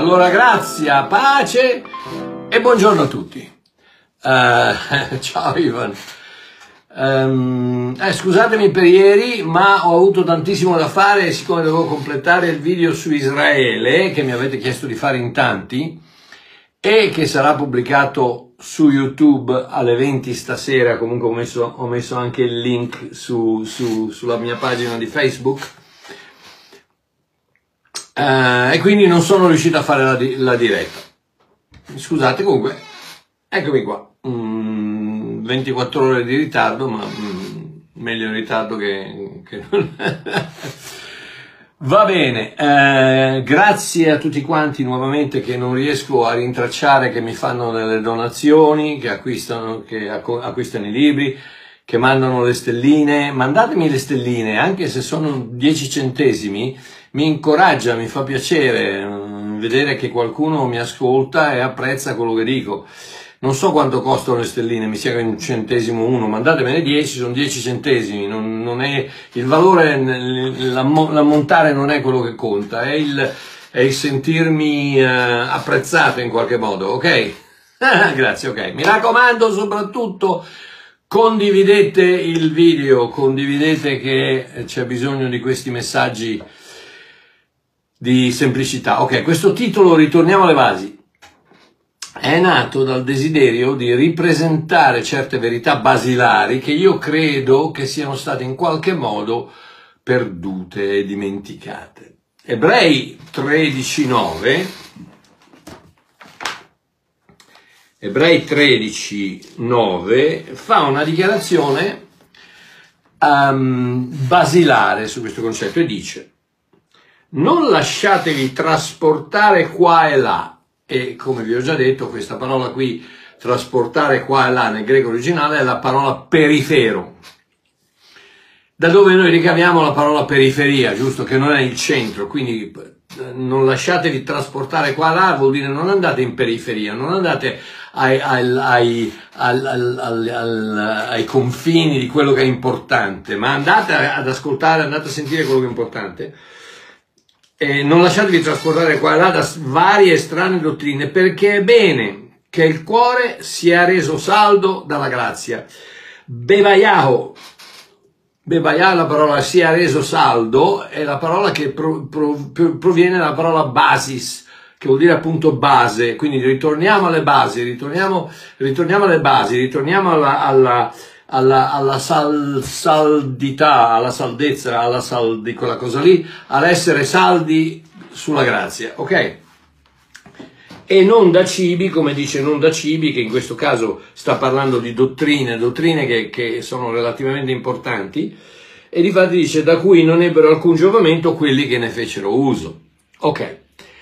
Allora, grazia, pace e buongiorno a tutti. Ciao Ivan. Scusatemi per ieri, ma ho avuto tantissimo da fare e siccome dovevo completare il video su Israele, che mi avete chiesto di fare in tanti, e che sarà pubblicato su YouTube alle 20 stasera, comunque ho messo anche il link sulla mia pagina di Facebook, e quindi non sono riuscito a fare la diretta. Scusate, comunque, eccomi qua. 24 ore di ritardo, ma meglio in ritardo che non. Va bene, grazie a tutti quanti nuovamente che non riesco a rintracciare, che mi fanno delle donazioni, che acquistano i libri, che mandano le stelline. Mandatemi le stelline, anche se sono 10 centesimi, mi incoraggia, mi fa piacere vedere che qualcuno mi ascolta e apprezza quello che dico. Non so quanto costano le stelline, mi sia un centesimo uno, mandatemene 10, sono 10 centesimi, non è il valore, l'ammontare non è quello che conta, è il sentirmi apprezzato in qualche modo, ok? Grazie, ok. Mi raccomando, soprattutto condividete il video, condividete che c'è bisogno di questi messaggi di semplicità. Ok, questo titolo, Ritorniamo alle basi, è nato dal desiderio di ripresentare certe verità basilari che io credo che siano state in qualche modo perdute e dimenticate. Ebrei 13:9 fa una dichiarazione basilare su questo concetto e dice: non lasciatevi trasportare qua e là. E come vi ho già detto, questa parola qui, trasportare qua e là, nel greco originale è la parola perifero, da dove noi ricaviamo la parola periferia, giusto? Che non è il centro, quindi non lasciatevi trasportare qua e là vuol dire non andate in periferia, non andate ai confini di quello che è importante, ma andate ad ascoltare, andate a sentire quello che è importante. E non lasciatevi trasportare qua e là da varie strane dottrine, perché è bene che il cuore sia reso saldo dalla grazia. Bevaiaho, la parola sia reso saldo, è la parola che proviene dalla parola basis, che vuol dire appunto base. Quindi ritorniamo alle basi, ritorniamo alle basi, ritorniamo alla saldità, alla saldezza, di quella cosa lì, all'essere saldi sulla grazia, ok? E non da cibi, come dice non da cibi, che in questo caso sta parlando di dottrine che sono relativamente importanti, e difatti dice da cui non ebbero alcun giovamento quelli che ne fecero uso. Ok.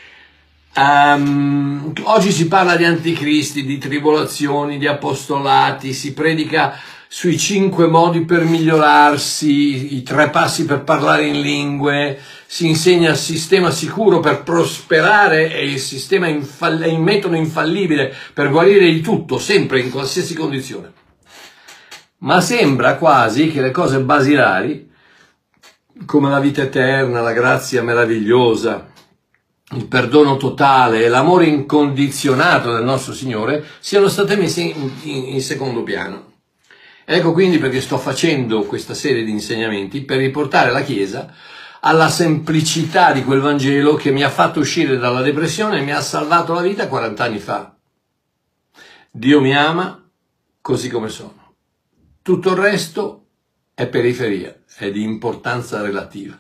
Oggi si parla di anticristi, di tribolazioni, di apostolati, si predica sui 5 modi per migliorarsi, i 3 passi per parlare in lingue, si insegna il sistema sicuro per prosperare e il metodo infallibile per guarire di tutto, sempre, in qualsiasi condizione. Ma sembra quasi che le cose basilari, come la vita eterna, la grazia meravigliosa, il perdono totale e l'amore incondizionato del nostro Signore, siano state messe in secondo piano. Ecco quindi perché sto facendo questa serie di insegnamenti per riportare la Chiesa alla semplicità di quel Vangelo che mi ha fatto uscire dalla depressione e mi ha salvato la vita 40 anni fa. Dio mi ama così come sono. Tutto il resto è periferia, è di importanza relativa.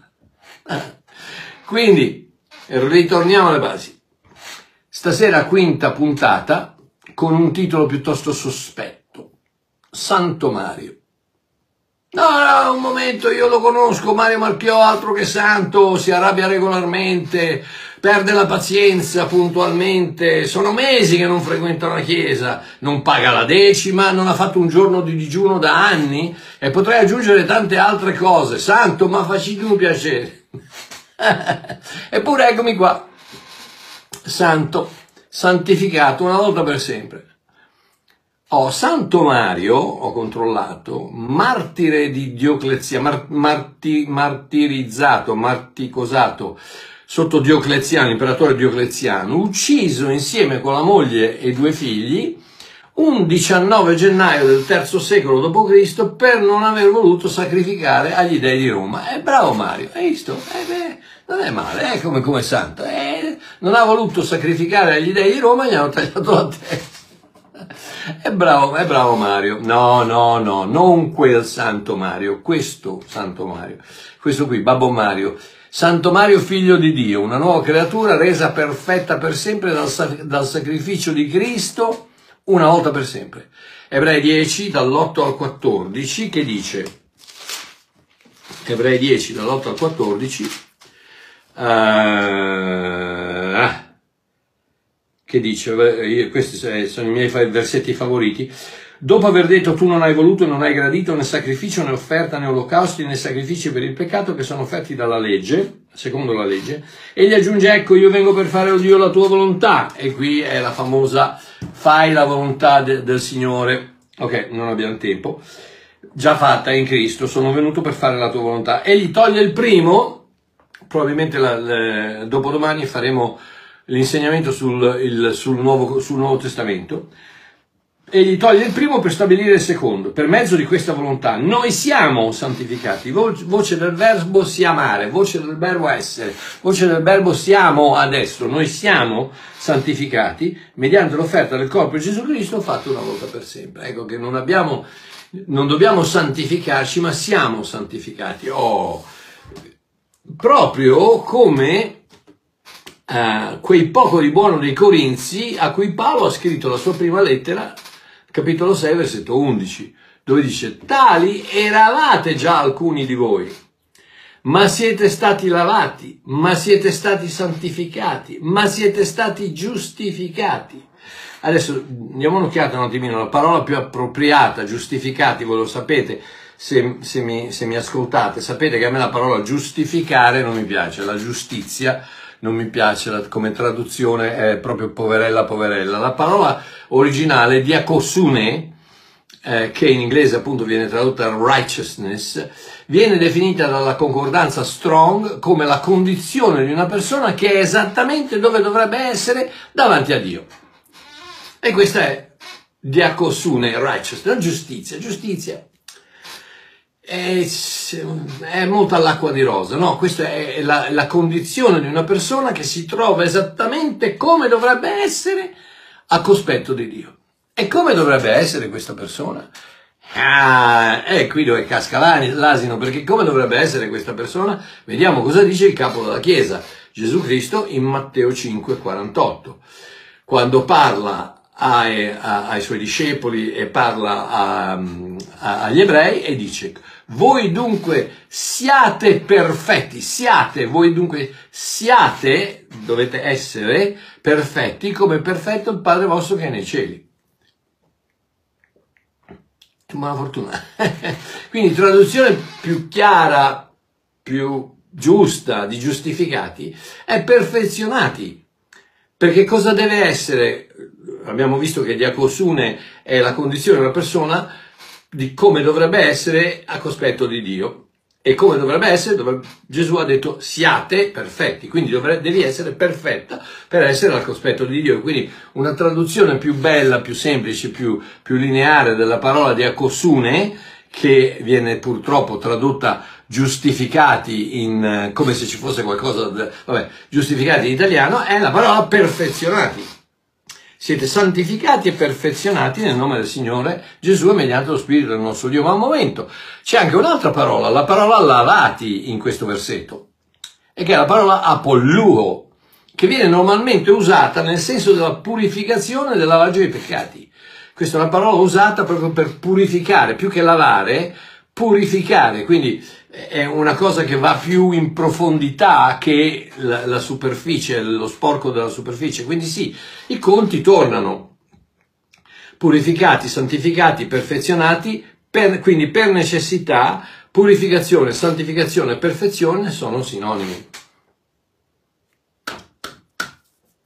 Quindi, ritorniamo alle basi. Stasera quinta puntata con un titolo piuttosto sospetto. Santo Mario. No, un momento, io lo conosco, Mario Marchiò, altro che santo, si arrabbia regolarmente, perde la pazienza puntualmente, sono mesi che non frequenta una chiesa, non paga la decima, non ha fatto un giorno di digiuno da anni e potrei aggiungere tante altre cose. Santo, ma facci un piacere. Eppure eccomi qua, santo, santificato una volta per sempre. Santo Mario, ho controllato, martire di Diocleziano, martirizzato, marticosato, sotto Diocleziano, l'imperatore Diocleziano, ucciso insieme con la moglie e 2 figli, un 19 gennaio del III secolo d.C. per non aver voluto sacrificare agli dei di Roma. Bravo Mario, hai visto? Non è male, come santo. Non ha voluto sacrificare agli dei di Roma, gli hanno tagliato la testa. È bravo Mario. No, non quel santo Mario, questo santo Mario. Questo qui, Babbo Mario. Santo Mario, figlio di Dio, una nuova creatura resa perfetta per sempre dal sacrificio di Cristo, una volta per sempre. Ebrei 10, dall'8 al 14, che dice, Ebrei 10, dall'8 al 14, che dice, questi sono i miei versetti favoriti. Dopo aver detto tu non hai voluto e non hai gradito né sacrificio né offerta né olocausti né sacrifici per il peccato che sono offerti dalla legge, secondo la legge, egli aggiunge ecco io vengo per fare, o Dio, la tua volontà. E qui è la famosa fai la volontà del Signore. Ok, non abbiamo tempo. Già fatta in Cristo, sono venuto per fare la tua volontà. Egli toglie il primo, probabilmente dopodomani faremo l'insegnamento sul Nuovo Testamento. Egli toglie il primo per stabilire il secondo. Per mezzo di questa volontà noi siamo santificati. Voce del verbo siamare, voce del verbo essere, voce del verbo siamo adesso. Noi siamo santificati mediante l'offerta del corpo di Gesù Cristo fatto una volta per sempre. Ecco che non dobbiamo santificarci, ma siamo santificati. Proprio come quei poco di buono dei Corinzi a cui Paolo ha scritto la sua prima lettera, capitolo 6, versetto 11, dove dice tali eravate già alcuni di voi, ma siete stati lavati, ma siete stati santificati, ma siete stati giustificati. Adesso diamo un'occhiata un attimino, la parola più appropriata, giustificati, voi lo sapete, se mi ascoltate, sapete che a me la parola giustificare non mi piace, la giustizia non mi piace, come traduzione è proprio poverella. La parola originale è diakosune, che in inglese appunto viene tradotta righteousness, viene definita dalla concordanza Strong come la condizione di una persona che è esattamente dove dovrebbe essere davanti a Dio. E questa è diakosune, righteousness, giustizia. È molto all'acqua di rosa, no? Questa è la condizione di una persona che si trova esattamente come dovrebbe essere a cospetto di Dio. E come dovrebbe essere questa persona? È qui dove casca l'asino, perché come dovrebbe essere questa persona? Vediamo cosa dice il capo della Chiesa, Gesù Cristo, in Matteo 5,48, quando parla ai suoi discepoli e parla agli ebrei e dice voi dunque siate perfetti, dovete essere perfetti come è perfetto il Padre vostro che è nei cieli. Buona fortuna. Quindi traduzione più chiara, più giusta di giustificati è perfezionati. Perché cosa deve essere? Abbiamo visto che diakosune è la condizione della persona di come dovrebbe essere a cospetto di Dio. E come dovrebbe essere, Gesù ha detto siate perfetti, quindi devi essere perfetta per essere al cospetto di Dio. Quindi una traduzione più bella, più semplice, più lineare della parola diakosune, che viene purtroppo tradotta giustificati come se ci fosse qualcosa, giustificati in italiano, è la parola perfezionati. Siete santificati e perfezionati nel nome del Signore Gesù e mediante lo Spirito del nostro Dio. Ma un momento, c'è anche un'altra parola, la parola lavati in questo versetto, e che è la parola apolluo, che viene normalmente usata nel senso della purificazione e del lavaggio dei peccati. Questa è una parola usata proprio per purificare, più che lavare, purificare, quindi è una cosa che va più in profondità che la superficie, lo sporco della superficie. Quindi sì, i conti tornano purificati, santificati, perfezionati, quindi per necessità purificazione, santificazione e perfezione sono sinonimi.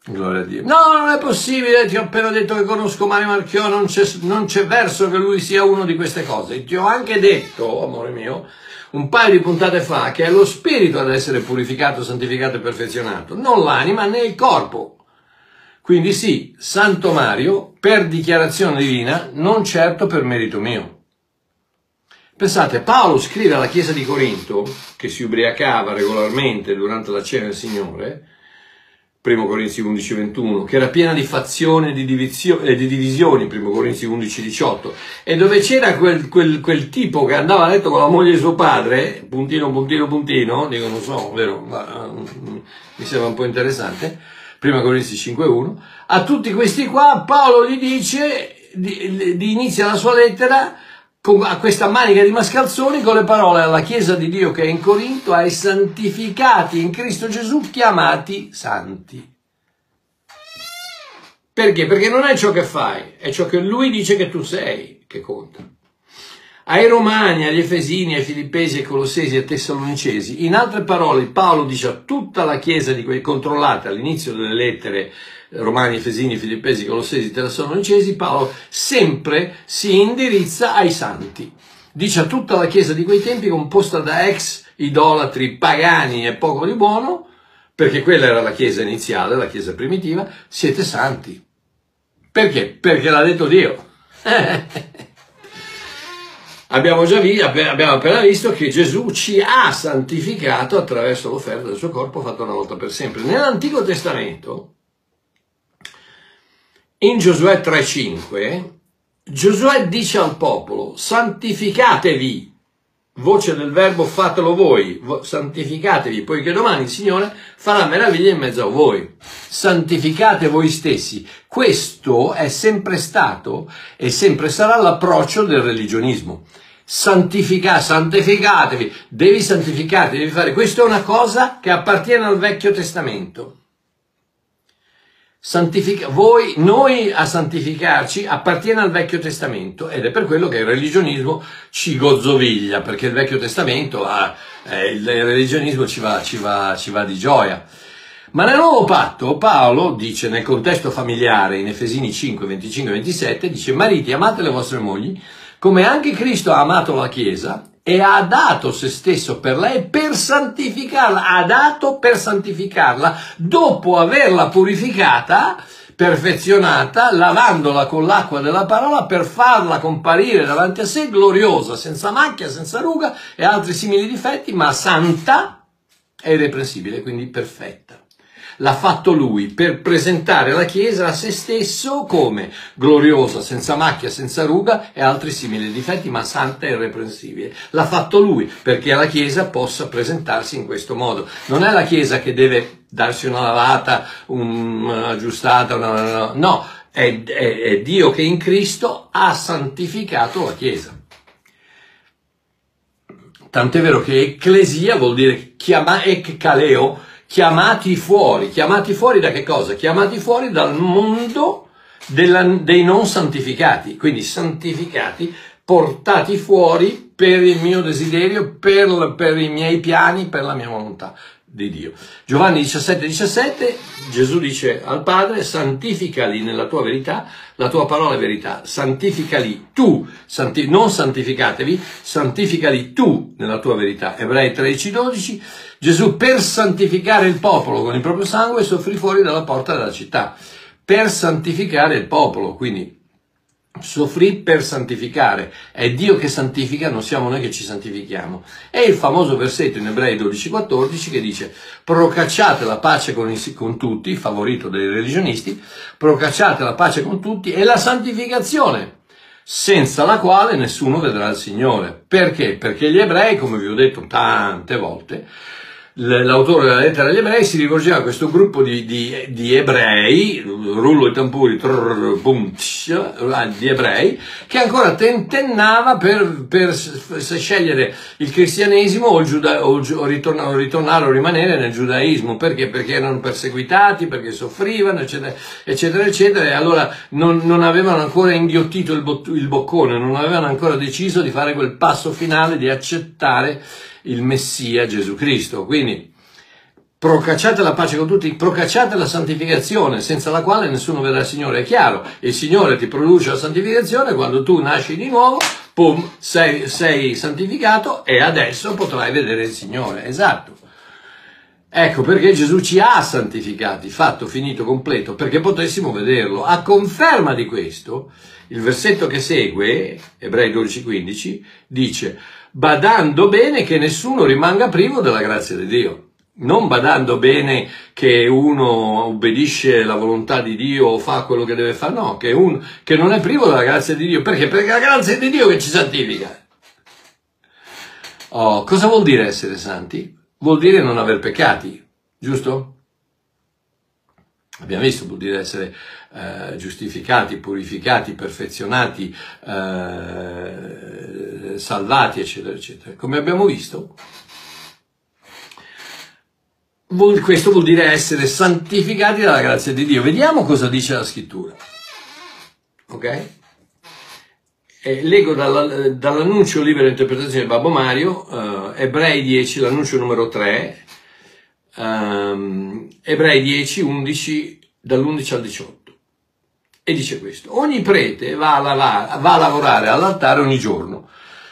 Gloria a Dio. No, non è possibile, ti ho appena detto che conosco Mario Marchiò, non c'è verso che lui sia uno di queste cose. Ti ho anche detto, amore mio, un paio di puntate fa, che è lo spirito ad essere purificato, santificato e perfezionato, non l'anima né il corpo. Quindi sì, Santo Mario, per dichiarazione divina, non certo per merito mio. Pensate, Paolo scrive alla Chiesa di Corinto, che si ubriacava regolarmente durante la cena del Signore, 1 Corinzi 11:21, che era piena di fazioni e di divisioni, 1 Corinzi 11:18, e dove c'era quel tipo che andava a letto con la moglie di suo padre, puntino, puntino, puntino, dico non so, vero, ma, mi sembra un po' interessante, 1 Corinzi 5:1, a tutti questi qua Paolo gli dice, inizia la sua lettera, a questa manica di mascalzoni con le parole alla Chiesa di Dio che è in Corinto, ai santificati in Cristo Gesù chiamati santi. Perché? Perché non è ciò che fai, è ciò che lui dice che tu sei che conta. Ai Romani, agli Efesini, ai Filippesi, ai Colossesi, ai Tessalonicesi, in altre parole Paolo dice a tutta la Chiesa di quei controllate all'inizio delle lettere Romani, Efesini, Filippesi, Colossesi, Tessalonicesi, Paolo sempre si indirizza ai santi. Dice a tutta la Chiesa di quei tempi, composta da ex idolatri, pagani e poco di buono, perché quella era la Chiesa iniziale, la Chiesa primitiva, siete santi. Perché? Perché l'ha detto Dio. Abbiamo appena visto che Gesù ci ha santificato attraverso l'offerta del suo corpo fatta una volta per sempre. Nell'Antico Testamento, in Giosuè 3:5, Giosuè dice al popolo, santificatevi, voce del verbo fatelo voi, santificatevi, poiché domani il Signore farà meraviglie in mezzo a voi. Santificate voi stessi. Questo è sempre stato e sempre sarà l'approccio del religionismo. Santificatevi, devi santificarti, devi fare. Questa è una cosa che appartiene al Vecchio Testamento. Noi a santificarci appartiene al Vecchio Testamento ed è per quello che il religionismo ci gozzoviglia, perché il Vecchio Testamento, il religionismo ci va di gioia. Ma nel Nuovo Patto Paolo dice nel contesto familiare in Efesini 5, 25 e 27, dice mariti amate le vostre mogli come anche Cristo ha amato la Chiesa e ha dato se stesso per lei per santificarla, dopo averla purificata, perfezionata, lavandola con l'acqua della parola per farla comparire davanti a sé gloriosa, senza macchia, senza ruga e altri simili difetti, ma santa e irreprensibile, quindi perfetta. L'ha fatto lui per presentare la Chiesa a se stesso come gloriosa, senza macchia, senza ruga e altri simili difetti, ma santa e irreprensibile. L'ha fatto lui perché la Chiesa possa presentarsi in questo modo. Non è la Chiesa che deve darsi una lavata, un'aggiustata, no, è Dio che in Cristo ha santificato la Chiesa. Tant'è vero che ecclesia vuol dire ekkaleo, chiamati fuori da che cosa? Chiamati fuori dal mondo dei non santificati, quindi santificati, portati fuori per il mio desiderio, per i miei piani, per la mia volontà di Dio. Giovanni 17:17, Gesù dice al Padre, santificali nella tua verità, la tua parola è verità, santificali tu, non santificatevi, santificali tu nella tua verità. Ebrei 13:12, Gesù per santificare il popolo con il proprio sangue soffrì fuori dalla porta della città, per santificare il popolo, quindi soffrì per santificare, è Dio che santifica, non siamo noi che ci santifichiamo. È il famoso versetto in Ebrei 12:14 che dice procacciate la pace con tutti, favorito dai religionisti, procacciate la pace con tutti e la santificazione, senza la quale nessuno vedrà il Signore. Perché? Perché gli ebrei, come vi ho detto tante volte, l'autore della lettera agli ebrei si rivolgeva a questo gruppo di ebrei, rullo i tamburi, di ebrei, che ancora tentennava per scegliere il cristianesimo o ritornare o rimanere nel giudaismo. Perché? Perché erano perseguitati, perché soffrivano, eccetera, eccetera, eccetera, e allora non avevano ancora inghiottito il boccone, non avevano ancora deciso di fare quel passo finale di accettare il Messia Gesù Cristo. Quindi procacciate la pace con tutti, procacciate la santificazione, senza la quale nessuno vedrà il Signore. È chiaro, il Signore ti produce la santificazione, quando tu nasci di nuovo, pum, sei santificato e adesso potrai vedere il Signore. Esatto. Ecco perché Gesù ci ha santificati, fatto, finito, completo, perché potessimo vederlo. A conferma di questo, il versetto che segue, Ebrei 12,15, dice: badando bene che nessuno rimanga privo della grazia di Dio. Non badando bene che uno obbedisce alla volontà di Dio o fa quello che deve fare, no, che non è privo della grazia di Dio. Perché? Perché è la grazia di Dio che ci santifica. Oh, cosa vuol dire essere santi? Vuol dire non aver peccati, giusto? Abbiamo visto, vuol dire essere giustificati, purificati, perfezionati, salvati, eccetera, eccetera. Come abbiamo visto, questo vuol dire essere santificati dalla grazia di Dio. Vediamo cosa dice la scrittura. Ok? Leggo dall'annuncio libera interpretazione di Babbo Mario, Ebrei 10, l'annuncio numero 3, Ebrei 10, 11, dall'11 al 18. E dice questo: ogni prete va a lavorare all'altare ogni giorno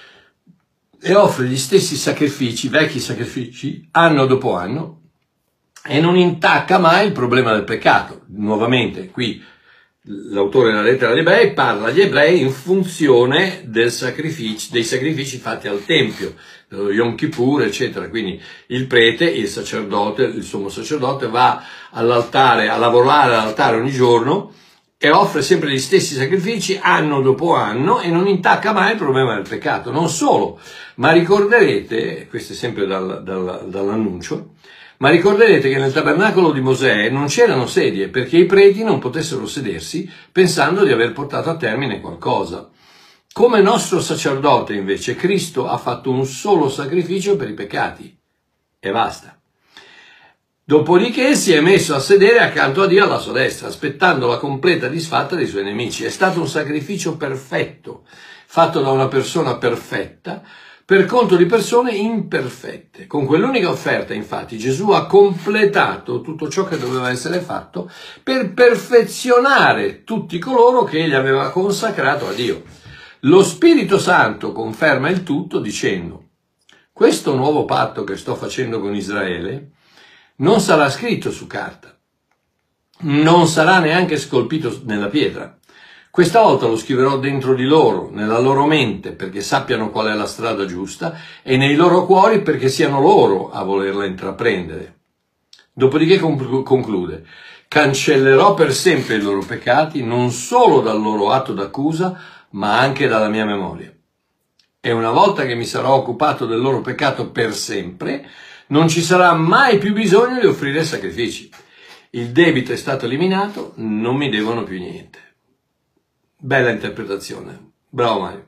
e offre gli stessi sacrifici, vecchi sacrifici, anno dopo anno, e non intacca mai il problema del peccato. Nuovamente, qui l'autore della lettera agli ebrei parla agli ebrei in funzione dei sacrifici fatti al Tempio, dello Yom Kippur, eccetera. Quindi il prete, il sacerdote, il sommo sacerdote va all'altare, a lavorare all'altare ogni giorno e offre sempre gli stessi sacrifici anno dopo anno e non intacca mai il problema del peccato. Non solo, ma ricorderete, questo è sempre dall'annuncio, ma ricorderete che nel tabernacolo di Mosè non c'erano sedie perché i preti non potessero sedersi pensando di aver portato a termine qualcosa. Come nostro sacerdote, invece, Cristo ha fatto un solo sacrificio per i peccati e basta. Dopodiché si è messo a sedere accanto a Dio alla sua destra, aspettando la completa disfatta dei suoi nemici. È stato un sacrificio perfetto, fatto da una persona perfetta, per conto di persone imperfette. Con quell'unica offerta, infatti, Gesù ha completato tutto ciò che doveva essere fatto per perfezionare tutti coloro che egli aveva consacrato a Dio. Lo Spirito Santo conferma il tutto dicendo: questo nuovo patto che sto facendo con Israele non sarà scritto su carta, non sarà neanche scolpito nella pietra. Questa volta lo scriverò dentro di loro, nella loro mente, perché sappiano qual è la strada giusta, e nei loro cuori perché siano loro a volerla intraprendere. Dopodiché conclude: cancellerò per sempre i loro peccati, non solo dal loro atto d'accusa, ma anche dalla mia memoria. E una volta che mi sarò occupato del loro peccato per sempre, non ci sarà mai più bisogno di offrire sacrifici. Il debito è stato eliminato, non mi devono più niente. Bella interpretazione, bravo Mario.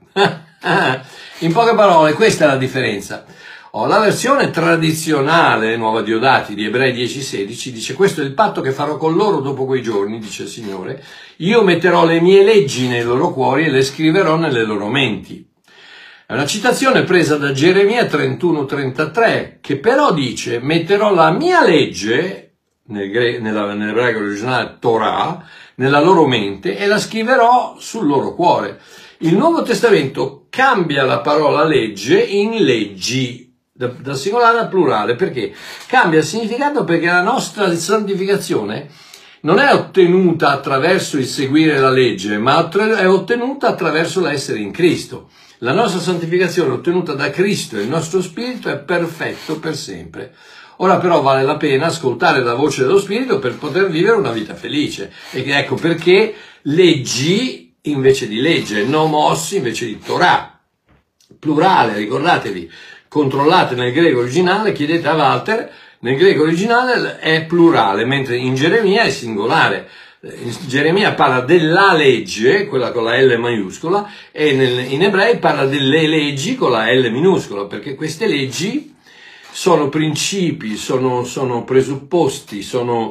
In poche parole, questa è la differenza. La versione tradizionale, Nuova Diodati, di Ebrei 10,16, dice: questo è il patto che farò con loro dopo quei giorni, dice il Signore, io metterò le mie leggi nei loro cuori e le scriverò nelle loro menti. È una citazione presa da Geremia 31,33, che però dice: metterò la mia legge, nell'ebraico originale Torah, nella loro mente e la scriverò sul loro cuore. Il Nuovo Testamento cambia la parola legge in leggi, da singolare al plurale. Perché? Cambia il significato perché la nostra santificazione non è ottenuta attraverso il seguire la legge, ma è ottenuta attraverso l'essere in Cristo. La nostra santificazione ottenuta da Cristo e il nostro spirito è perfetto per sempre. Ora però vale la pena ascoltare la voce dello Spirito per poter vivere una vita felice. E ecco perché leggi invece di legge, nomos invece di Torah. Plurale, ricordatevi, controllate nel greco originale, chiedete a Walter, nel greco originale è plurale, mentre in Geremia è singolare. In Geremia parla della legge, quella con la L maiuscola, e in Ebrei parla delle leggi con la L minuscola, perché queste leggi sono principi, sono presupposti, sono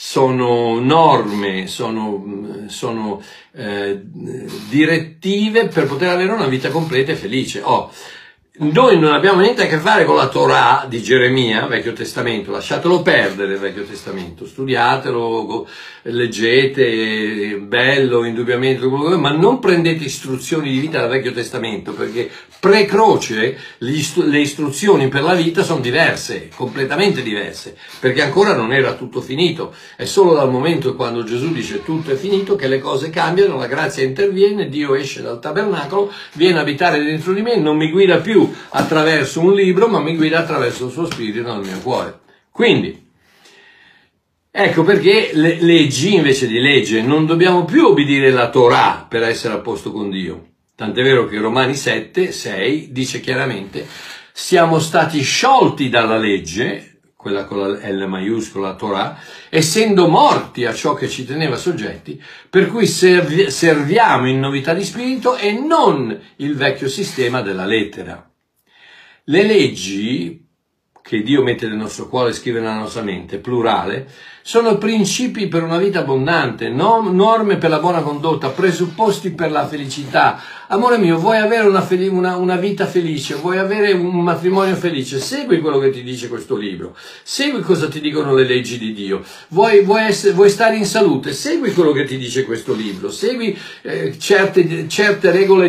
norme, sono direttive per poter avere una vita completa e felice. noi non abbiamo niente a che fare con la Torah di Geremia, Vecchio Testamento, lasciatelo perdere il Vecchio Testamento, studiatelo, leggete, bello, indubbiamente, ma non prendete istruzioni di vita dal Vecchio Testamento, perché pre-croce le istruzioni per la vita sono diverse, completamente diverse, perché ancora non era tutto finito. È solo dal momento quando Gesù dice tutto è finito che le cose cambiano, la grazia interviene, Dio esce dal tabernacolo, viene a abitare dentro di me, non mi guida più attraverso un libro, ma mi guida attraverso il suo spirito nel mio cuore. Quindi, ecco perché leggi invece di legge, non dobbiamo più obbedire la Torah per essere a posto con Dio. Tant'è vero che Romani 7:6 dice chiaramente: siamo stati sciolti dalla legge, quella con la L maiuscola, la Torah, essendo morti a ciò che ci teneva soggetti, per cui serviamo in novità di spirito e non il vecchio sistema della lettera. Le leggi che Dio mette nel nostro cuore e scrive nella nostra mente, plurale, sono principi per una vita abbondante, norme per la buona condotta, presupposti per la felicità. Amore mio, vuoi avere una vita felice, vuoi avere un matrimonio felice, segui quello che ti dice questo libro, segui cosa ti dicono le leggi di Dio. Vuoi stare in salute, segui quello che ti dice questo libro, segui certe regole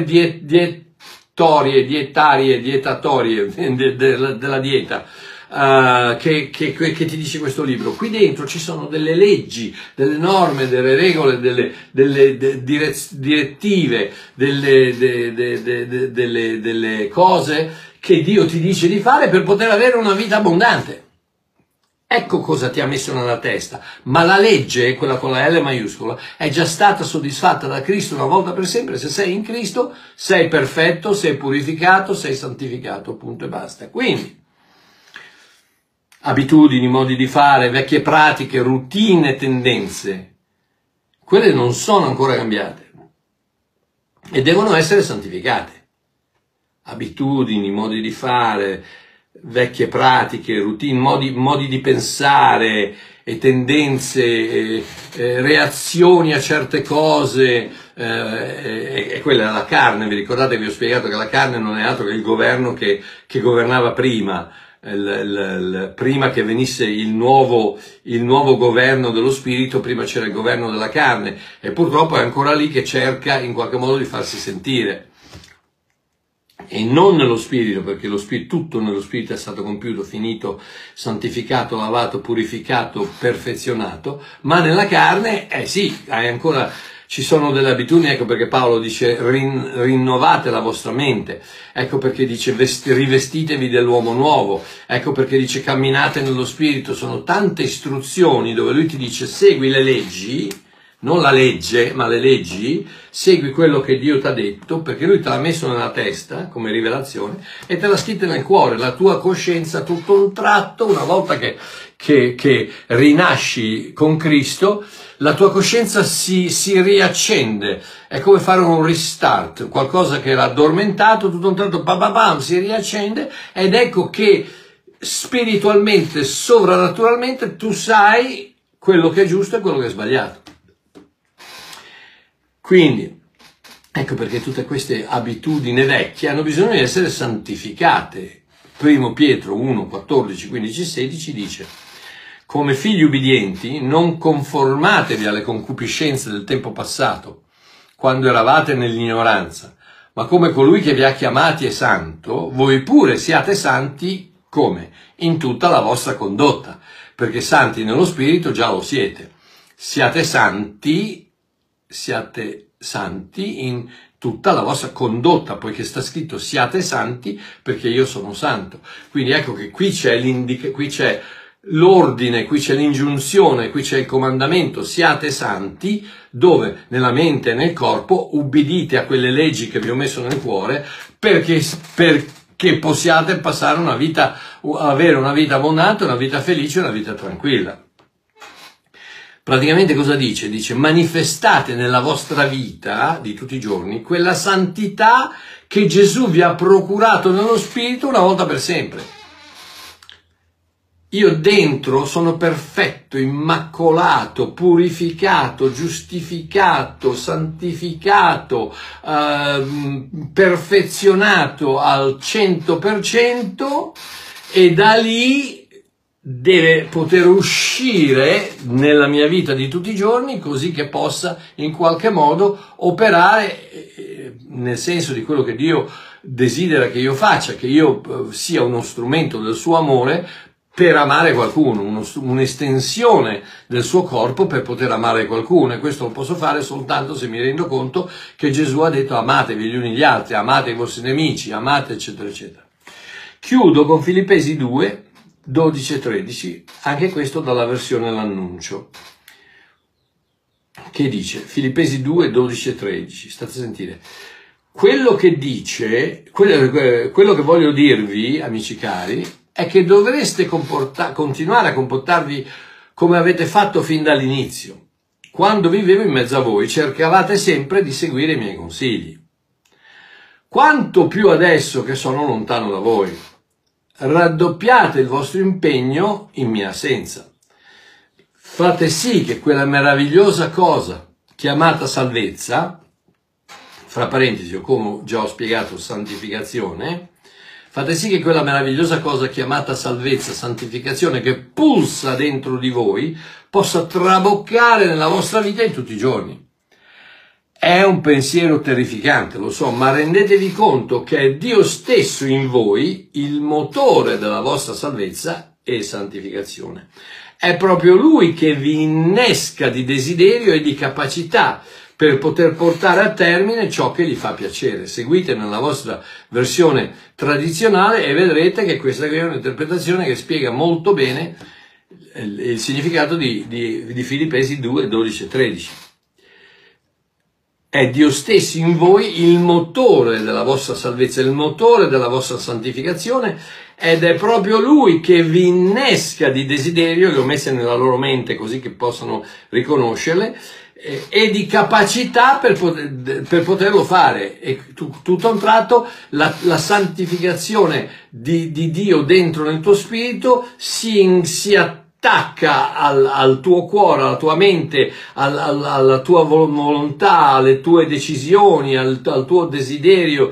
dietatorie della dieta. Che ti dice questo libro. Qui dentro ci sono delle leggi, delle norme, delle regole, delle direttive, delle cose che Dio ti dice di fare per poter avere una vita abbondante. Ecco cosa ti ha messo nella testa, ma la legge, quella con la L maiuscola, è già stata soddisfatta da Cristo una volta per sempre. Se sei in Cristo, sei perfetto, sei purificato, sei santificato, punto e basta. Quindi, abitudini, modi di fare, vecchie pratiche, routine, tendenze, quelle non sono ancora cambiate e devono essere santificate. Abitudini, modi di fare, vecchie pratiche, routine, modi di pensare e tendenze, reazioni a certe cose, e quella è la carne. Vi ricordate, vi ho spiegato che la carne non è altro che il governo che governava prima. Prima che venisse il nuovo governo dello spirito, prima c'era il governo della carne, e purtroppo è ancora lì che cerca in qualche modo di farsi sentire, e non nello spirito, perché tutto nello spirito è stato compiuto, finito, santificato, lavato, purificato, perfezionato, ma nella carne, sì, hai ancora. Ci sono delle abitudini, ecco perché Paolo dice rinnovate la vostra mente, ecco perché dice rivestitevi dell'uomo nuovo, ecco perché dice camminate nello spirito. Sono tante istruzioni dove lui ti dice segui le leggi, non la legge, ma le leggi, segui quello che Dio ti ha detto, perché lui te l'ha messo nella testa come rivelazione e te l'ha scritta nel cuore. La tua coscienza tutto un tratto, una volta che rinasci con Cristo, la tua coscienza si riaccende, è come fare un restart, qualcosa che era addormentato, tutto un tratto si riaccende, ed ecco che spiritualmente, sovrannaturalmente, tu sai quello che è giusto e quello che è sbagliato. Quindi, ecco perché tutte queste abitudini vecchie hanno bisogno di essere santificate. 1 Pietro 1, 14, 15, 16 dice: come figli ubbidienti, non conformatevi alle concupiscenze del tempo passato, quando eravate nell'ignoranza, ma come colui che vi ha chiamati è santo, voi pure siate santi come? In tutta la vostra condotta, perché santi nello spirito già lo siete. Siate santi in tutta la vostra condotta, poiché sta scritto siate santi perché io sono santo. Quindi ecco che qui c'è l'ordine, qui c'è l'ingiunzione, qui c'è il comandamento, siate santi, dove nella mente e nel corpo ubbidite a quelle leggi che vi ho messo nel cuore, perché possiate passare avere una vita abbondante, una vita felice, una vita tranquilla. Praticamente cosa dice? Dice: manifestate nella vostra vita di tutti i giorni quella santità che Gesù vi ha procurato nello spirito una volta per sempre. io dentro sono perfetto, immacolato, purificato, giustificato, santificato, perfezionato al 100%, e da lì deve poter uscire nella mia vita di tutti i giorni, così che possa in qualche modo operare nel senso di quello che Dio desidera che io faccia, che io sia uno strumento del suo amore per amare qualcuno, un'estensione del suo corpo per poter amare qualcuno, e questo lo posso fare soltanto se mi rendo conto che Gesù ha detto amatevi gli uni gli altri, amate i vostri nemici, amate eccetera eccetera. Chiudo con Filippesi 2, 12 e 13, anche questo dalla versione L'Annuncio, che dice, Filippesi 2, 12 e 13, state a sentire, quello che dice, quello che voglio dirvi, amici cari, è che dovreste continuare a comportarvi come avete fatto fin dall'inizio. Quando vivevo in mezzo a voi, cercavate sempre di seguire i miei consigli. Quanto più adesso che sono lontano da voi. Raddoppiate il vostro impegno in mia assenza. Fate sì che quella meravigliosa cosa chiamata salvezza, fra parentesi, o come già ho spiegato, santificazione, fate sì che quella meravigliosa cosa chiamata salvezza, santificazione, che pulsa dentro di voi, possa traboccare nella vostra vita in tutti i giorni. È un pensiero terrificante, lo so, ma rendetevi conto che è Dio stesso in voi il motore della vostra salvezza e santificazione. È proprio Lui che vi innesca di desiderio e di capacità per poter portare a termine ciò che gli fa piacere. Seguite nella vostra versione tradizionale e vedrete che questa è un'interpretazione che spiega molto bene il significato di Filippesi 2, 12 e 13. È Dio stesso in voi il motore della vostra salvezza, il motore della vostra santificazione, ed è proprio Lui che vi innesca di desiderio, le ho messe nella loro mente così che possano riconoscerle, e di capacità per poterlo fare. E tutto a un tratto la santificazione di Dio dentro nel tuo spirito si attacca al tuo cuore, alla tua mente, alla tua volontà, alle tue decisioni, al tuo desiderio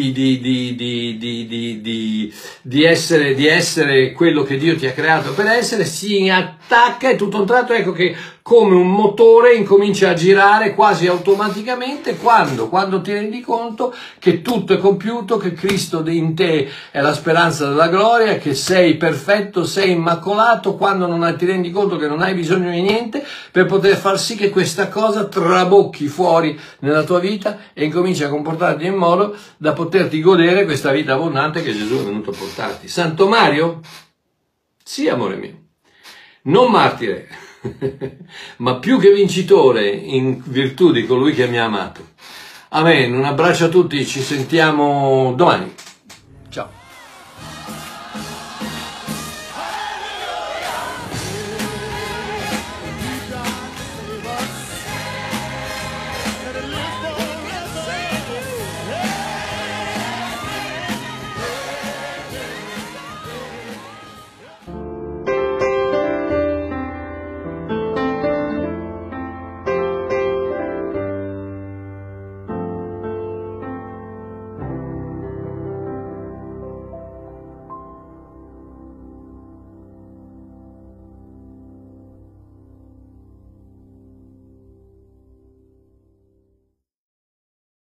di essere quello che Dio ti ha creato per essere, si attacca, e tutto a un tratto ecco che come un motore incomincia a girare quasi automaticamente quando ti rendi conto che tutto è compiuto, che Cristo in te è la speranza della gloria, che sei perfetto, sei immacolato, quando ti rendi conto che non hai bisogno di niente per poter far sì che questa cosa trabocchi fuori nella tua vita e incominci a comportarti in modo da poterti godere questa vita abbondante che Gesù è venuto a portarti. Santo Mario? Sì, amore mio. Non martire, ma più che vincitore in virtù di colui che mi ha amato. Amen. Un abbraccio a tutti, ci sentiamo domani.